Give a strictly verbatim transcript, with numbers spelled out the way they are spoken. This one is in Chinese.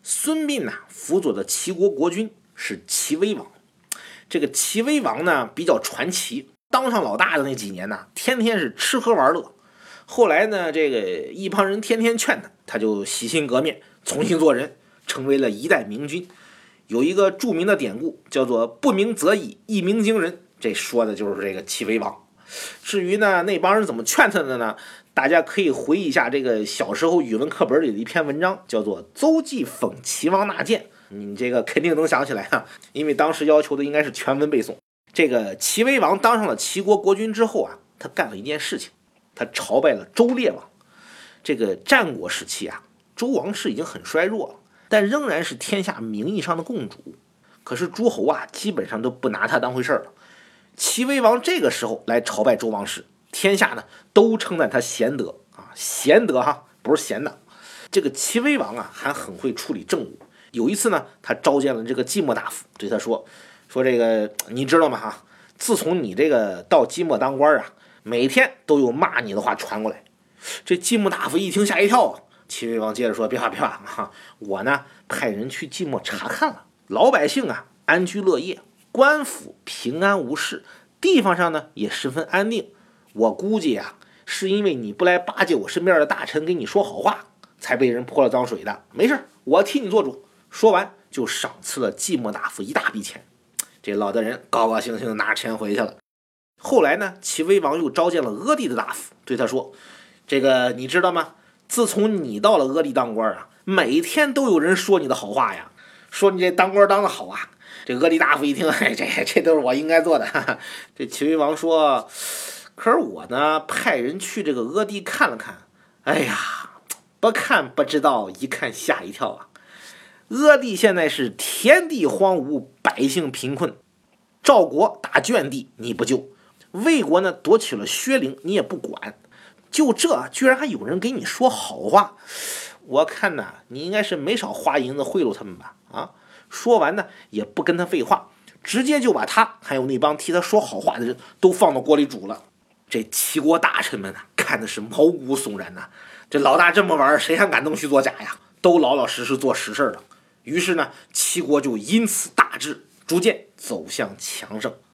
孙膑呢辅佐的齐国国君是齐威王。这个齐威王呢比较传奇，当上老大的那几年呢，天天是吃喝玩乐。后来呢，这个一帮人天天劝他，他就洗心革面，重新做人，成为了一代明君。有一个著名的典故叫做不鸣则已，一鸣惊人，这说的就是这个齐威王。至于呢那帮人怎么劝他的呢，大家可以回忆一下这个小时候语文课本里的一篇文章，叫做邹忌讽齐王纳谏。你这个肯定能想起来啊，因为当时要求的应该是全文背诵。这个齐威王当上了齐国国君之后啊，他干了一件事情，他朝拜了周烈王。这个战国时期啊，周王室已经很衰弱了，但仍然是天下名义上的共主。可是诸侯啊，基本上都不拿他当回事了。齐威王这个时候来朝拜周王室，天下呢都称赞他贤德啊，贤德哈，不是闲的。这个齐威王啊，还很会处理政务。有一次呢，他召见了这个季莫大夫，对他说：“说这个你知道吗？哈，自从你这个到季莫当官啊，每天都有骂你的话传过来。”这季莫大夫一听吓一跳啊。齐威王接着说：“别怕别怕啊，我呢派人去季莫查看了，老百姓啊安居乐业。官府平安无事，地方上呢也十分安定。我估计啊，是因为你不来巴结我身边的大臣，给你说好话，才被人泼了脏水的。没事，我替你做主。”说完就赏赐了季莫大夫一大笔钱。这老的人高高兴兴的拿着钱回去了。后来呢，齐威王又召见了阿地的大夫，对他说：“这个你知道吗？自从你到了阿地当官啊，每天都有人说你的好话呀，说你这当官当的好啊。”这阿地大夫一听，哎，这这都是我应该做的。哈哈。这齐威王说：“可是我呢，派人去这个阿地看了看，哎呀，不看不知道，一看吓一跳啊！阿地现在是田地荒芜，百姓贫困。赵国打圈地你不救，魏国呢夺取了薛陵你也不管，就这居然还有人给你说好话，我看呢你应该是没少花银子贿赂他们吧？啊！”说完呢，也不跟他废话，直接就把他还有那帮替他说好话的人都放到锅里煮了。这齐国大臣们呢，看的是毛骨悚然呐、啊！这老大这么玩，谁还敢弄虚作假呀？都老老实实做实事了。于是呢，齐国就因此大治，逐渐走向强盛。